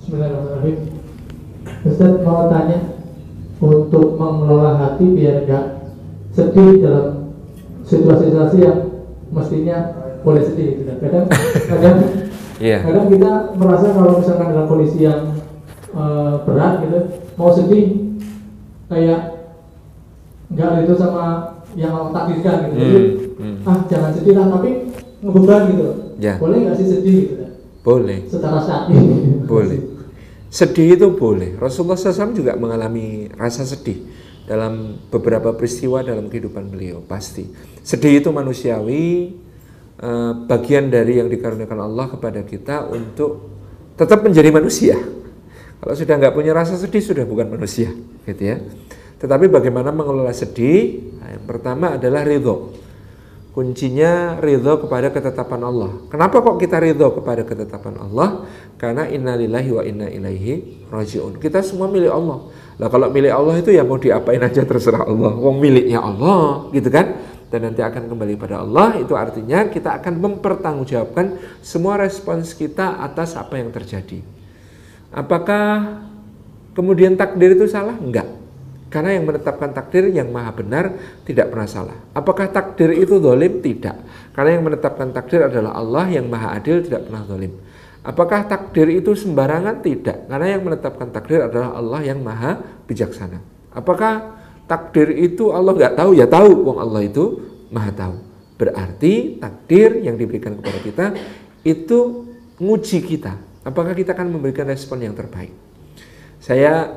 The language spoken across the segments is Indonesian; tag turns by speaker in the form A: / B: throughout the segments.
A: Bismillahirrahmanirrahim. Ustaz mau tanya, untuk mengelola hati biar nggak sedih dalam situasi-situasi yang mestinya boleh sedih gitu. Kadang kadang kita merasa kalau misalkan dalam kondisi yang berat gitu, mau sedih kayak nggak itu sama yang Allah takdirkan gitu. Jadi jangan sedih lah, tapi ngebeban gitu. Boleh nggak sih sedih gitu?
B: Boleh.
A: Secara syar'i.
B: Boleh. Sedih itu boleh. Rasulullah SAW juga mengalami rasa sedih dalam beberapa peristiwa dalam kehidupan beliau, pasti. Sedih itu manusiawi, bagian dari yang dikaruniakan Allah kepada kita untuk tetap menjadi manusia. Kalau sudah nggak punya rasa sedih, sudah bukan manusia, gitu ya. Tetapi bagaimana mengelola sedih? Nah, yang pertama adalah ridho. Kuncinya ridho kepada ketetapan Allah. Kenapa kok kita ridho kepada ketetapan Allah? Karena innalillahi wa inna ilaihi raji'un. Kita semua milik Allah. Lah kalau milik Allah itu ya mau diapain aja terserah Allah. Wong miliknya Allah, gitu kan? Dan nanti akan kembali pada Allah. Itu artinya kita akan mempertanggungjawabkan semua respons kita atas apa yang terjadi. Apakah kemudian takdir itu salah? Enggak. Karena yang menetapkan takdir yang maha benar tidak pernah salah. Apakah takdir itu zalim? Tidak. Karena yang menetapkan takdir adalah Allah yang maha adil, tidak pernah zalim. Apakah takdir itu sembarangan? Tidak. Karena yang menetapkan takdir adalah Allah yang maha bijaksana. Apakah takdir itu Allah nggak tahu? Ya tahu. Wong Allah itu maha tahu. Berarti takdir yang diberikan kepada kita itu nguji kita. Apakah kita akan memberikan respon yang terbaik? Saya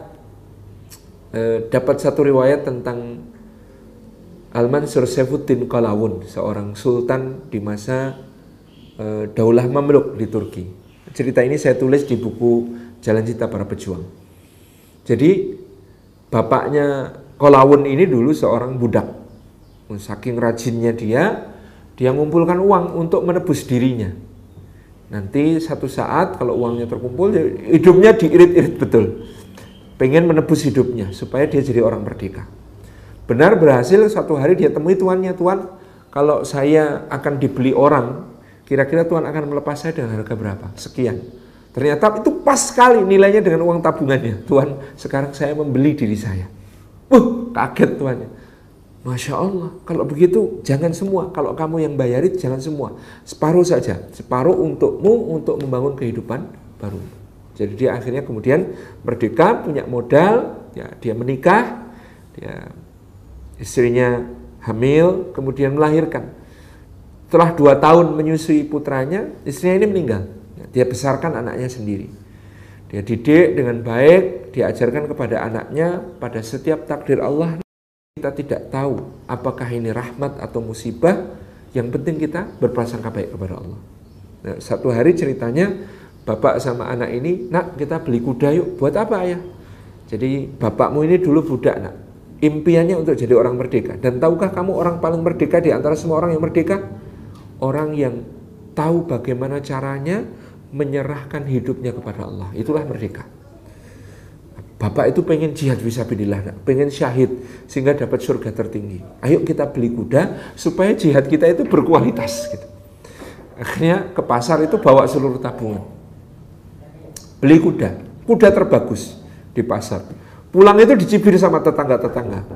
B: dapat satu riwayat tentang Al-Mansur Saifuddin Qalawun, seorang sultan di masa Daulah Mamluk di Turki. Cerita ini saya tulis di buku Jalan Cita Para Pejuang. Jadi bapaknya Qalawun ini dulu seorang budak. Saking rajinnya dia ngumpulkan uang untuk menebus dirinya. Nanti satu saat kalau uangnya terkumpul, hidupnya diirit-irit betul. Pengen menebus hidupnya supaya dia jadi orang merdeka. Benar berhasil, satu hari dia temui tuannya, Tuan, kalau saya akan dibeli orang, kira-kira Tuan akan melepas saya dengan harga berapa? Sekian. Ternyata itu pas sekali nilainya dengan uang tabungannya. Tuan, sekarang saya membeli diri saya. Kaget tuannya. Masya Allah, kalau begitu jangan semua. Kalau kamu yang bayarin jangan semua. Separuh saja. Separuh untukmu untuk membangun kehidupan baru. Jadi dia akhirnya kemudian merdeka, punya modal, ya, dia menikah, dia, istrinya hamil, kemudian melahirkan. Setelah 2 tahun menyusui putranya, istrinya ini meninggal. Dia besarkan anaknya sendiri. Dia didik dengan baik, diajarkan kepada anaknya pada setiap takdir Allah. Kita tidak tahu apakah ini rahmat atau musibah, yang penting kita berprasangka baik kepada Allah. Nah, satu hari ceritanya, bapak sama anak ini, nak kita beli kuda yuk. Buat apa ayah? Jadi bapakmu ini dulu budak nak. Impiannya untuk jadi orang merdeka. Dan tahukah kamu orang paling merdeka di antara semua orang yang merdeka? Orang yang tahu bagaimana caranya menyerahkan hidupnya kepada Allah. Itulah merdeka. Bapak itu pengen jihad fisabilillah, nak. Pengen syahid sehingga dapat surga tertinggi. Ayo kita beli kuda supaya jihad kita itu berkualitas. Gitu. Akhirnya ke pasar itu bawa seluruh tabungan. Beli kuda terbagus di pasar. Pulang itu dicibir sama tetangga-tetangga.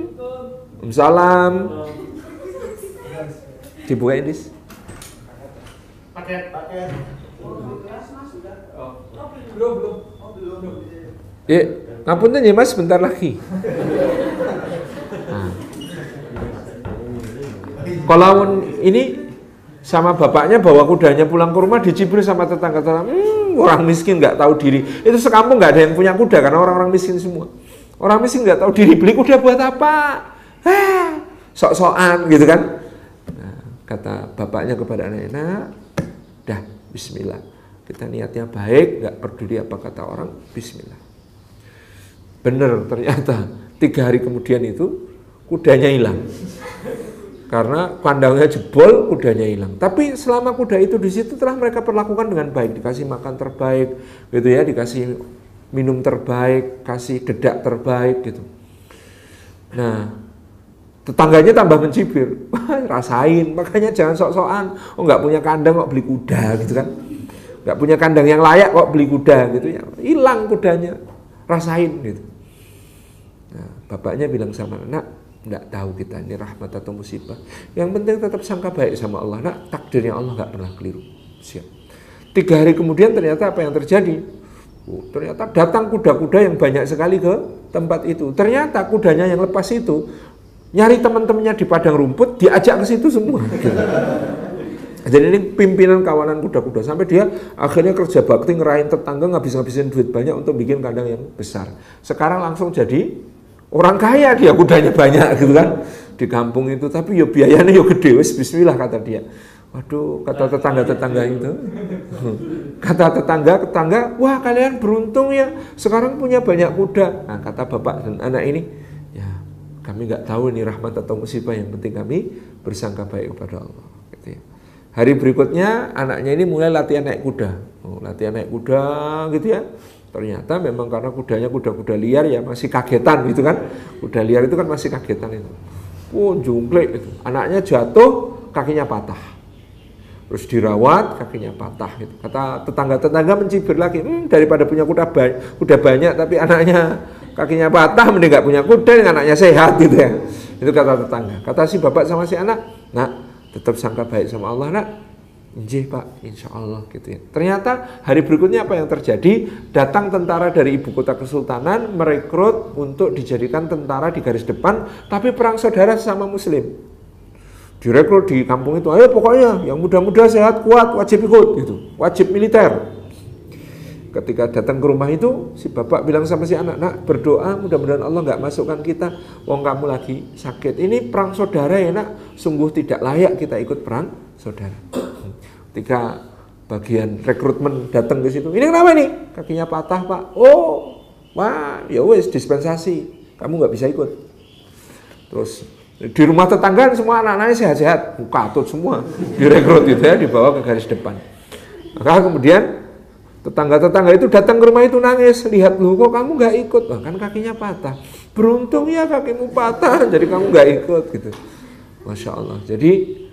B: Salam. Dibukain dis.
C: Paket.
B: Ngapunten ya mas, bentar lagi. Qalawun ini sama bapaknya bawa kudanya pulang ke rumah, dicibir sama tetangga-tetangga. Orang miskin nggak tahu diri. Itu sekampung nggak ada yang punya kuda karena orang-orang miskin semua. Orang miskin nggak tahu diri, beli kuda buat apa? Sok-sokan gitu kan. Nah, kata bapaknya kepada anaknya, dah bismillah. Kita niatnya baik, nggak peduli apa kata orang, bismillah. Bener ternyata 3 hari kemudian itu kudanya hilang. Karena kandangnya jebol, kudanya hilang. Tapi selama kuda itu di situ telah mereka perlakukan dengan baik, dikasih makan terbaik, gitu ya, dikasih minum terbaik, kasih dedak terbaik, gitu. Nah, tetangganya tambah mencibir, rasain, makanya jangan sok-sokan. Oh nggak punya kandang kok beli kuda, gitu kan? nggak punya kandang yang layak kok beli kuda gitu ya, hilang kudanya, rasain gitu. Nah, bapaknya bilang sama anak, nggak tahu kita ini rahmat atau musibah, yang penting tetap sangka baik sama Allah. Nak, takdirnya Allah nggak pernah keliru. Siap. 3 hari kemudian ternyata apa yang terjadi? Ternyata datang kuda-kuda yang banyak sekali ke tempat itu. Ternyata kudanya yang lepas itu nyari teman-temannya di padang rumput, diajak ke situ semua. Gitu. Jadi ini pimpinan kawanan kuda-kuda, sampai dia akhirnya kerja bakti ngerahin tetangga, ngabis-ngabisin duit banyak untuk bikin kandang yang besar. Sekarang langsung jadi orang kaya, dia kudanya banyak gitu kan di kampung itu. Tapi yo biayanya yo gede, wis bismillah kata dia. Waduh, kata tetangga-tetangga itu, kata tetangga, wah kalian beruntung ya, sekarang punya banyak kuda. Nah, kata bapak dan anak ini, ya kami nggak tahu ini rahmat atau musibah, yang penting kami bersangka baik kepada Allah. Gitu ya. Hari berikutnya anaknya ini mulai latihan naik kuda, latihan naik kuda gitu ya. Ternyata memang karena kudanya kuda-kuda liar ya masih kagetan gitu kan, kuda liar itu kan masih kagetan itu. Jungklik itu, anaknya jatuh, kakinya patah. Terus dirawat, kakinya patah gitu. Kata tetangga-tetangga mencibir lagi, daripada punya kuda banyak tapi anaknya kakinya patah, mending nggak punya kuda dengan anaknya sehat gitu ya. Itu kata tetangga. Kata si bapak sama si anak, nak tetap sangka baik sama Allah nak. Injih pak, insya Allah gitu ya. Ternyata hari berikutnya apa yang terjadi? Datang tentara dari ibu kota kesultanan merekrut untuk dijadikan tentara di garis depan, tapi perang saudara sama muslim. Direkrut di kampung itu, ayo pokoknya yang muda-muda sehat kuat wajib ikut gitu, wajib militer. Ketika datang ke rumah itu, si bapak bilang sama si anak, nak berdoa mudah-mudahan Allah nggak masukkan kita, wong kamu lagi sakit. Ini perang saudara ya nak, sungguh tidak layak kita ikut perang saudara. Ketika bagian rekrutmen datang ke situ, ini kenapa nih? Kakinya patah pak. Oh, wah ya wes dispensasi, kamu nggak bisa ikut. Terus di rumah tetangga semua anak-anaknya sehat-sehat, katut semua, direkrut itu ya, dibawa ke garis depan. Maka kemudian tetangga-tetangga itu datang ke rumah itu nangis, lihat lu kok kamu nggak ikut, kan kakinya patah. Beruntung ya kakimu patah, jadi kamu nggak ikut gitu. Masya Allah. Jadi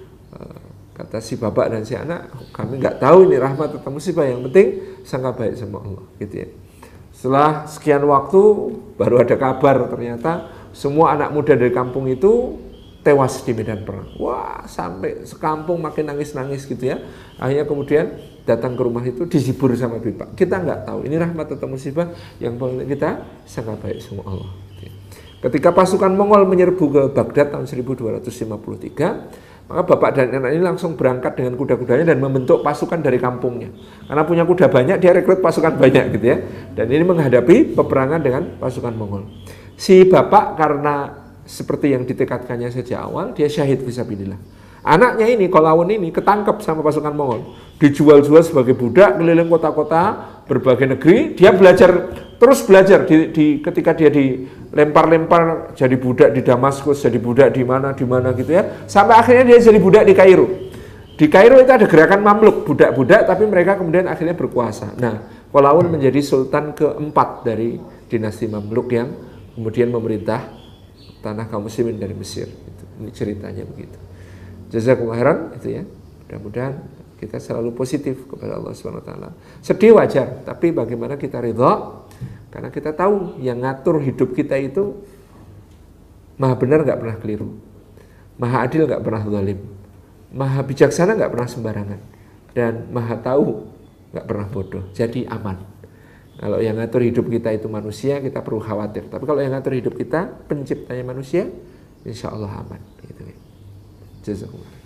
B: kata si bapak dan si anak, kami nggak tahu ini rahmat atau musibah, yang penting sangka baik sama Allah, gitu ya. Setelah sekian waktu baru ada kabar ternyata semua anak muda dari kampung itu tewas di medan perang. Wah, sampai sekampung makin nangis-nangis gitu ya. Akhirnya kemudian datang ke rumah itu dihibur sama bapak. Kita nggak tahu ini rahmat atau musibah, yang paling kita sangat baik sama Allah. Ketika pasukan Mongol menyerbu ke Baghdad tahun 1253, maka bapak dan anak ini langsung berangkat dengan kuda-kudanya dan membentuk pasukan dari kampungnya. Karena punya kuda banyak, dia rekrut pasukan banyak gitu ya. Dan ini menghadapi peperangan dengan pasukan Mongol. Si bapak karena seperti yang ditekadkannya sejak awal, dia syahid fisabilillah. Anaknya ini, Kolawun ini, ketangkep sama pasukan Mongol. Dijual-jual sebagai budak, keliling kota-kota, berbagai negeri. Dia belajar, terus belajar. Ketika dia dilempar-lempar, jadi budak di Damaskus, jadi budak di mana gitu ya. Sampai akhirnya dia jadi budak di Kairo. Di Kairo itu ada gerakan Mamluk, budak-budak, tapi mereka kemudian akhirnya berkuasa. Nah, Kolawun menjadi sultan keempat dari dinasti Mamluk yang kemudian memerintah tanah kaum muslimin dari Mesir. Ini ceritanya begitu. Jazakumullah khairan, itu ya. Mudah-mudahan kita selalu positif kepada Allah Subhanahu wa taala. Sedih wajar, tapi bagaimana kita ridha? Karena kita tahu yang ngatur hidup kita itu Maha benar, nggak pernah keliru. Maha adil, nggak pernah zalim. Maha bijaksana, nggak pernah sembarangan. Dan Maha tahu, nggak pernah bodoh. Jadi aman. Kalau yang ngatur hidup kita itu manusia, kita perlu khawatir. Tapi kalau yang ngatur hidup kita, penciptanya manusia, insya Allah aman. Gitu. Jazakumullah.